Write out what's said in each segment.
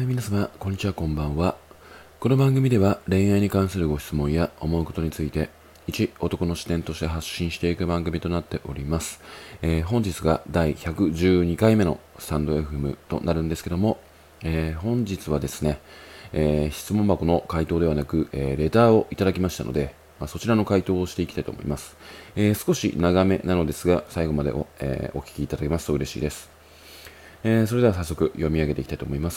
皆様、こんにちは、こんばんは。この番組では恋愛に関するご質問や思うことについて、一男の視点として発信していく番組となっております。本日が第112回目のスタンド FM となるんですけども、本日はですね、質問箱の回答ではなく、レターをいただきましたので、そちらの回答をしていきたいと思います。少し長めなのですが、最後までお聞きいただけますと嬉しいです。それでは早速読み上げていきたいと思います。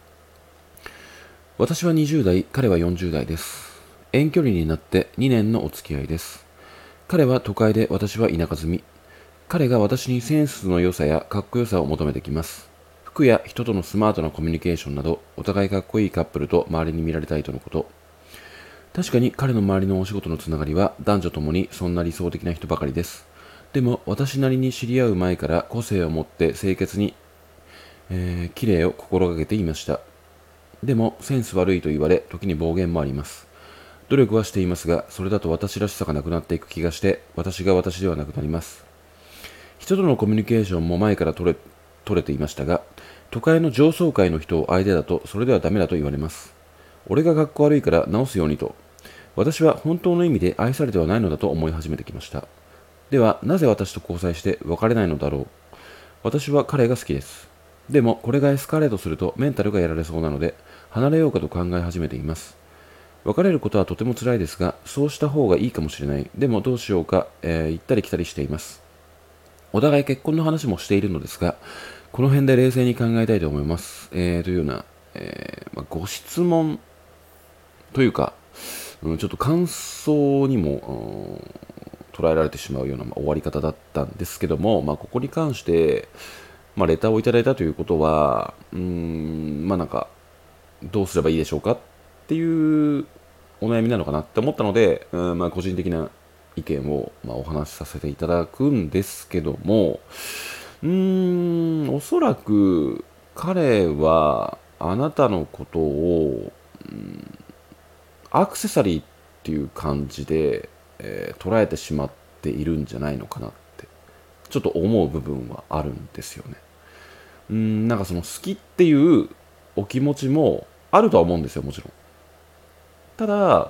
私は20代、彼は40代です。遠距離になって2年のお付き合いです。彼は都会で私は田舎住み。彼が私にセンスの良さやかっこよさを求めてきます。服や人とのスマートなコミュニケーションなど、お互いかっこいいカップルと周りに見られたいとのこと。確かに彼の周りのお仕事のつながりは男女ともにそんな理想的な人ばかりです。でも私なりに知り合う前から個性を持って清潔に、綺麗を心がけていました。でもセンス悪いと言われ、時に暴言もあります。努力はしていますが、それだと私らしさがなくなっていく気がして、私が私ではなくなります。人とのコミュニケーションも前から取れていましたが、都会の上層階の人を相手だとそれではダメだと言われます。俺が格好悪いから直すようにと。私は本当の意味で愛されてはないのだと思い始めてきました。では、なぜ私と交際して別れないのだろう。私は彼が好きです。でも、これがエスカレートするとメンタルがやられそうなので、離れようかと考え始めています。別れることはとても辛いですが、そうした方がいいかもしれない。でもどうしようか、行ったり来たりしています。お互い結婚の話もしているのですが、この辺で冷静に考えたいと思います。というような、ご質問というか、ちょっと感想にも、捉えられてしまうような、終わり方だったんですけども、ここに関して、レターをいただいたということは、なんか、どうすればいいでしょうかっていうお悩みなのかなって思ったので、個人的な意見を、お話しさせていただくんですけども、おそらく彼はあなたのことをアクセサリーっていう感じで、捉えてしまっているんじゃないのかなってちょっと思う部分はあるんですよね。なんかその好きっていうお気持ちもあるとは思うんですよ、もちろん。ただ、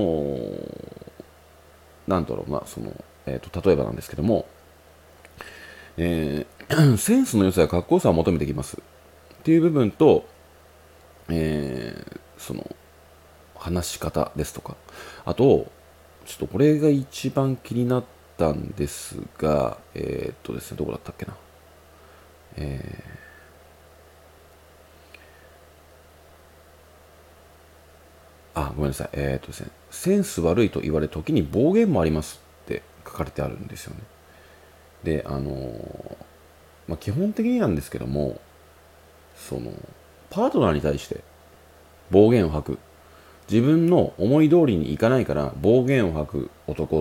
なんだろうな、例えばなんですけども、センスの良さやかっこよさを求めてきますっていう部分と、その、話し方ですとか、あと、ちょっとこれが一番気になったんですが、ですね、どこだったっけな。ごめんなさい。ですね、センス悪いと言われ、時に暴言もありますって書かれてあるんですよね。で、基本的になんですけども、その、パートナーに対して暴言を吐く。自分の思い通りにいかないから暴言を吐く男って、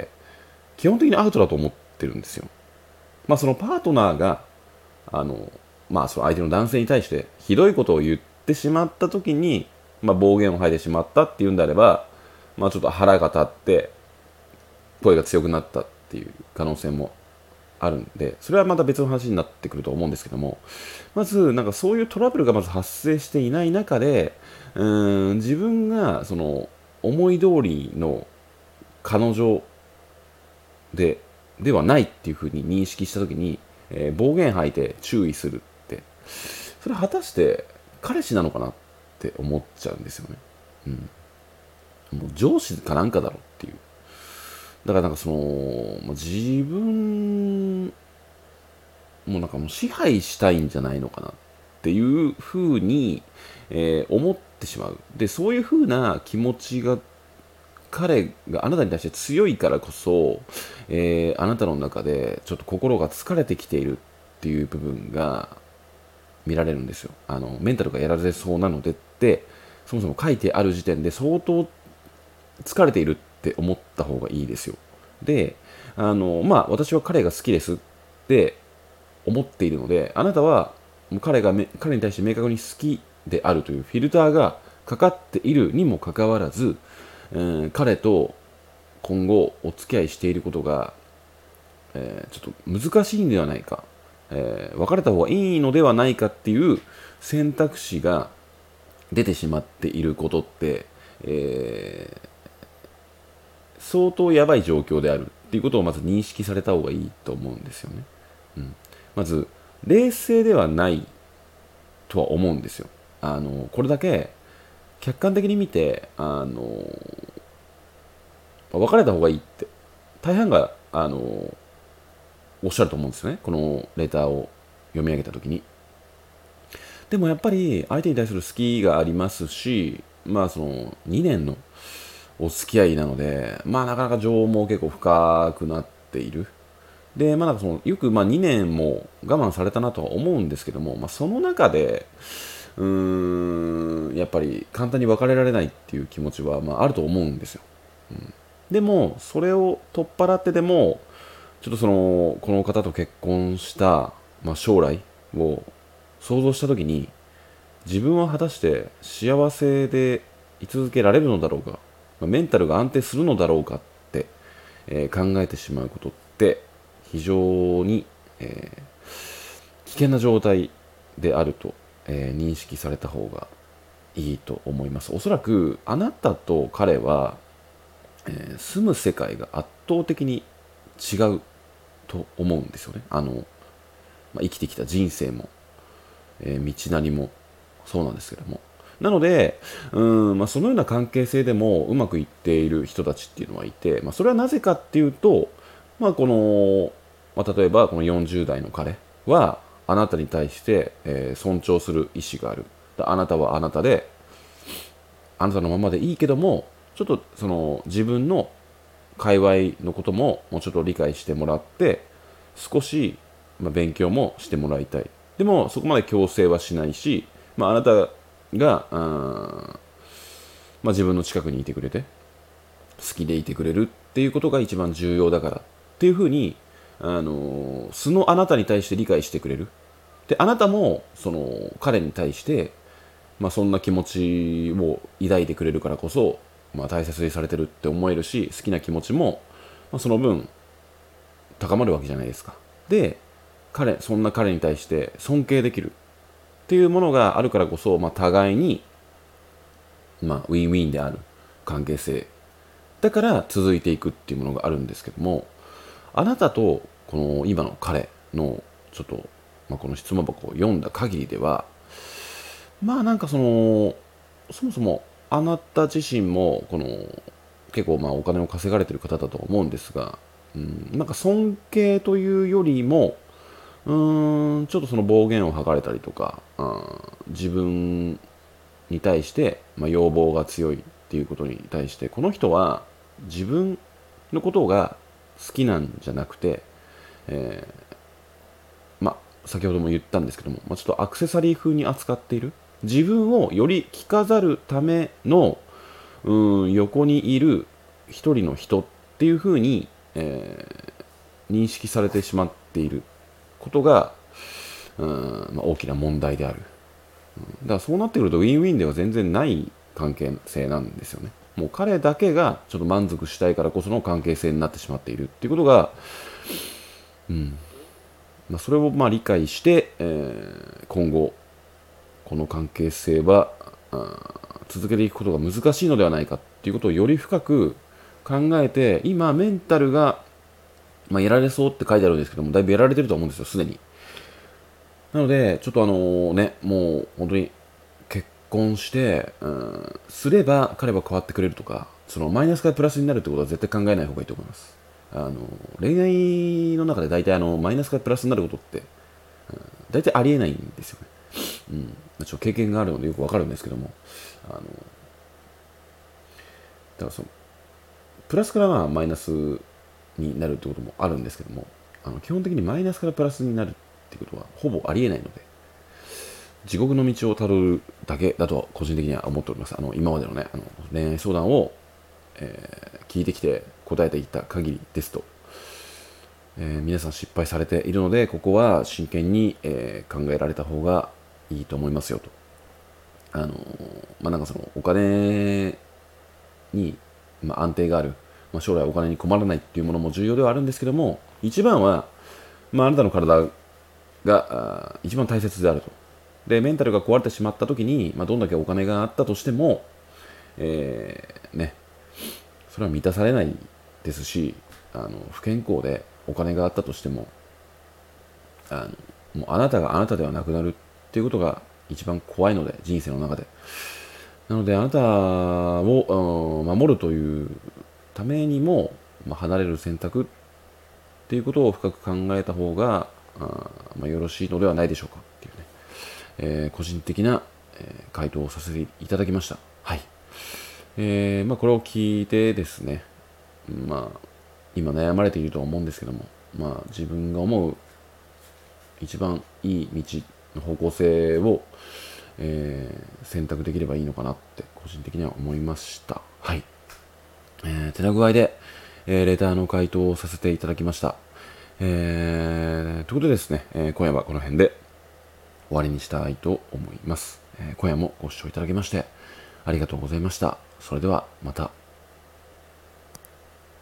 基本的にアウトだと思ってるんですよ。そのパートナーが、あの、その相手の男性に対してひどいことを言ってしまった時に、暴言を吐いてしまったっていうんであれば、ちょっと腹が立って声が強くなったっていう可能性もあるんで、それはまた別の話になってくると思うんですけども、まずなんかそういうトラブルがまず発生していない中で、自分がその思い通りの彼女ではないっていうふうに認識したときに、暴言吐いて注意するって、それ果たして彼氏なのかなって思っちゃうんですよね。もう上司かなんかだろうっていう。だからなんか自分もうなんかもう支配したいんじゃないのかなっていうふうに、思ってしまう。で、そういうふうな気持ちが彼があなたに対して強いからこそ、あなたの中でちょっと心が疲れてきているっていう部分が見られるんですよ。メンタルがやられそうなのでって、そもそも書いてある時点で相当疲れているって思った方がいいですよ。で、私は彼が好きですって思っているので、あなたはもう彼に対して明確に好きであるというフィルターがかかっているにもかかわらず、彼と今後お付き合いしていることが、ちょっと難しいんではないか、別れた方がいいのではないかっていう選択肢が出てしまっていることって、相当やばい状況であるっていうことをまず認識された方がいいと思うんですよね。まず冷静ではないとは思うんですよ。これだけ客観的に見て別れた方がいいって大半がおっしゃると思うんですよね、このレターを読み上げた時に。でもやっぱり相手に対する好きがありますし、その2年のお付き合いなので、なかなか情も結構深くなっている。で、なんかそのよく2年も我慢されたなとは思うんですけども、その中でやっぱり簡単に別れられないっていう気持ちはあると思うんですよ。でもそれを取っ払ってでもちょっとこの方と結婚した、将来を想像したときに、自分は果たして幸せで居続けられるのだろうか、メンタルが安定するのだろうかって、考えてしまうことって非常に、危険な状態であると、認識された方がいいと思います。おそらくあなたと彼は、住む世界が圧倒的に違うと思うんですよね。生きてきた人生も、道なりもそうなんですけども。なので、そのような関係性でもうまくいっている人たちっていうのはいて、それはなぜかっていうと、例えばこの40代の彼は、あなたに対して、尊重する意思がある。あなたはあなたで、あなたのままでいいけども、ちょっと自分の界隈のことももうちょっと理解してもらって、少し、勉強もしてもらいたい。でもそこまで強制はしないし、あなたが自分の近くにいてくれて好きでいてくれるっていうことが一番重要だからっていうふうに、素のあなたに対して理解してくれる。であなたも彼に対して、そんな気持ちを抱いてくれるからこそ、大切にされてるって思えるし、好きな気持ちも、その分高まるわけじゃないですか。でそんな彼に対して尊敬できるっていうものがあるからこそ、互いに、ウィンウィンである関係性だから続いていくっていうものがあるんですけども、あなたとこの今の彼のちょっと、この質問箱を読んだ限りでは、なんかそもそもあなた自身も結構お金を稼がれてる方だと思うんですが、なんか尊敬というよりも、ちょっとその暴言を吐かれたりとか、自分に対して、要望が強いっていうことに対して、この人は自分のことが好きなんじゃなくて、え先ほども言ったんですけども、ちょっとアクセサリー風に扱っている、自分をより着飾るための横にいる一人の人っていう風に、認識されてしまっていることが、大きな問題である。だからそうなってくるとウィンウィンでは全然ない関係性なんですよね。もう彼だけがちょっと満足したいからこその関係性になってしまっているっていうことが、それを理解して、今後この関係性は続けていくことが難しいのではないかっていうことをより深く考えて、今メンタルが、やられそうって書いてあるんですけども、だいぶやられてると思うんですよ、すでに。なのでちょっともう本当に結婚して、すれば彼は変わってくれるとか、そのマイナスからプラスになるってことは絶対考えない方がいいと思います。恋愛の中で大体マイナスからプラスになることって、大体ありえないんですよね。ちょっと経験があるのでよくわかるんですけども、だからプラスからマイナスになるってこともあるんですけども、基本的にマイナスからプラスになるっていうことはほぼありえないので、地獄の道をたどるだけだと個人的には思っております。今までのね、恋愛相談を、聞いてきて答えていった限りですと、皆さん失敗されているので、ここは真剣に、考えられた方がいいと思いますよと。なんかお金に、安定がある、将来お金に困らないっていうものも重要ではあるんですけども、一番は、あなたの体が一番大切であると。 で、メンタルが壊れてしまった時に、どんだけお金があったとしても、ね、それは満たされないですし、不健康でお金があったとしても、もうあなたがあなたではなくなるっていうことが一番怖いので、人生の中で。なので、あなたを守るというためにも、離れる選択っていうことを深く考えた方が、よろしいのではないでしょうかっていうね、個人的な、回答をさせていただきました。はい。これを聞いてですね、今悩まれているとは思うんですけども、自分が思う一番いい道の方向性を、選択できればいいのかなって個人的には思いました。はい。手な具合で、レターの回答をさせていただきました。ということでですね、今夜はこの辺で終わりにしたいと思います。今夜もご視聴いただきましてありがとうございました。それではまた。